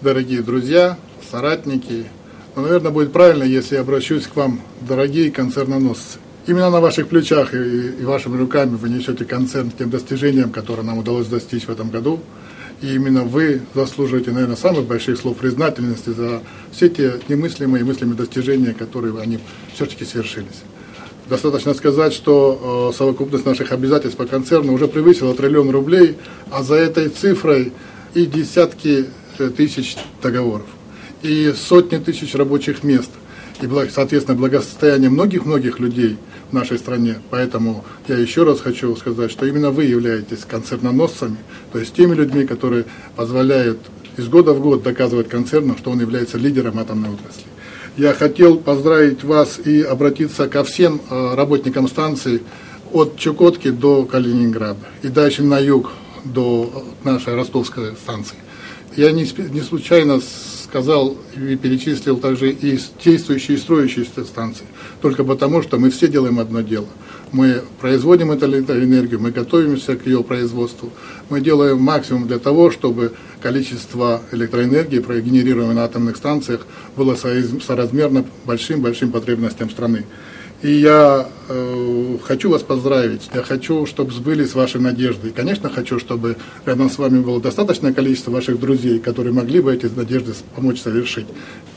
дорогие друзья, соратники. Но, наверное, будет правильно, если я обращусь к вам, дорогие концерноносцы. Именно на ваших плечах и вашими руками вы несете концерн тем достижениям, которые нам удалось достичь в этом году. И именно вы заслуживаете, наверное, самых больших слов признательности за все те немыслимые и мыслимые достижения, которые они все-таки свершились. Достаточно сказать, что совокупность наших обязательств по концерну уже превысила 1 триллион рублей, а за этой цифрой и десятки тысяч договоров, и сотни тысяч рабочих мест, и, соответственно, благосостояние многих-многих людей в нашей стране. Поэтому я еще раз хочу сказать, что именно вы являетесь концерноносцами, то есть теми людьми, которые позволяют из года в год доказывать концерну, что он является лидером атомной отрасли. Я хотел поздравить вас и обратиться ко всем работникам станции от Чукотки до Калининграда и дальше на юг до нашей ростовской станции. Я не случайно сказал и перечислил также и действующие и строящиеся станции, только потому, что мы все делаем одно дело. Мы производим эту электроэнергию, мы готовимся к ее производству, мы делаем максимум для того, чтобы количество электроэнергии, генерируемой на атомных станциях, было соразмерно большим потребностям страны. И я хочу вас поздравить, я хочу, чтобы сбылись ваши надежды. И, конечно, хочу, чтобы рядом с вами было достаточное количество ваших друзей, которые могли бы эти надежды помочь совершить.